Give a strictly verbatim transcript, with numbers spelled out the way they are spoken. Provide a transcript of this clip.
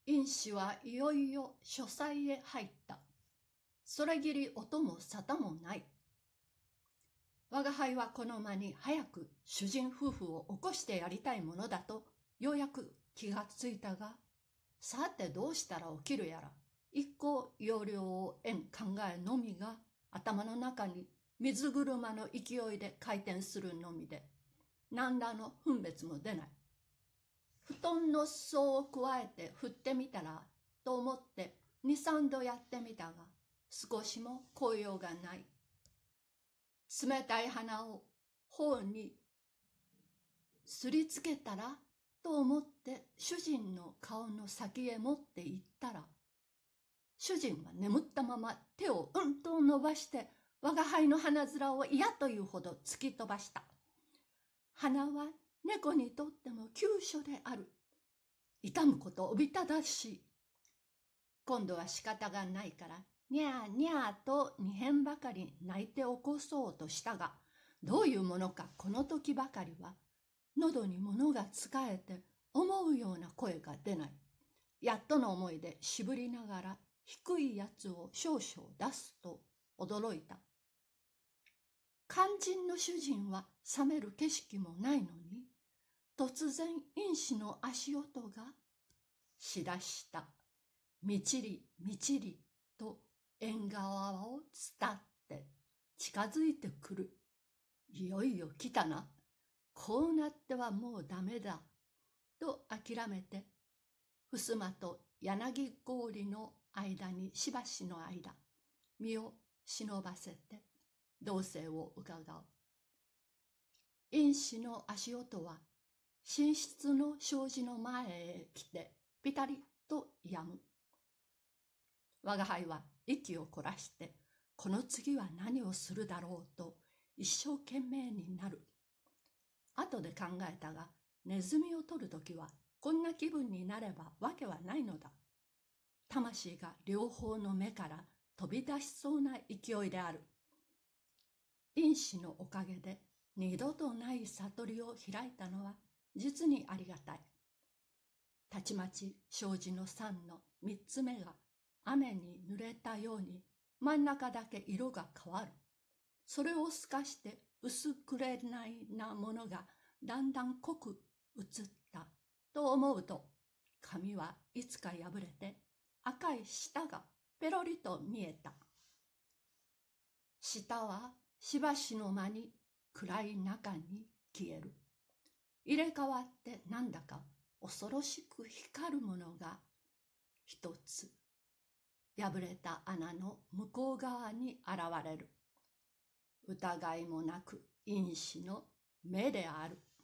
因子はいよいよ書斎へ入った。それぎり音も沙汰もない。我が輩はこの間に早く主人夫婦を起こしてやりたいものだとようやく気がついたが、さてどうしたら起きるやら、一向要領を得ん考えのみが頭の中に水車の勢いで回転するのみで、何らの分別も出ない。布団の裾を加えて振ってみたらと思って二三度やってみたが、少しも効用がない。冷たい鼻を頬にすりつけたらと思って主人の顔の先へ持って行ったら、主人は眠ったまま手をうんと伸ばして我が輩の鼻面を嫌というほど突き飛ばした。鼻は猫にとっても急所である。痛むことおびただしい。今度は仕方がないからにゃーにゃーと二遍ばかり泣いて起こそうとしたが、どういうものかこの時ばかりは喉に物がつかえて思うような声が出ない。やっとの思いで渋りながら低いやつを少々出すと驚いた。肝心の主人は冷める景色もないのに、突然因子の足音がしだした。みちりみちりと縁側を伝って近づいてくる。いよいよ来たな。こうなってはもうダメだ。と諦めて、襖と柳氷の間にしばしの間、身を忍ばせて動静をうかがう。因子の足音は寝室の障子の前へ来てピタリと止む。我が輩は息を凝らして、この次は何をするだろうと一生懸命になる。後で考えたが、ネズミを取るときはこんな気分になればわけはないのだ。魂が両方の目から飛び出しそうな勢いである。因子のおかげで二度とない悟りを開いたのは実にありがたい。たちまち障子の三の三つ目が雨に濡れたように真ん中だけ色が変わる。それを透かして薄紅なものがだんだん濃く映ったと思うと、髪はいつか破れて赤い舌がペロリと見えた。舌はしばしの間に暗い中に消える。入れ替わってなんだか恐ろしく光るものが一つ破れた穴の向こう側に現れる。疑いもなく因子の目である。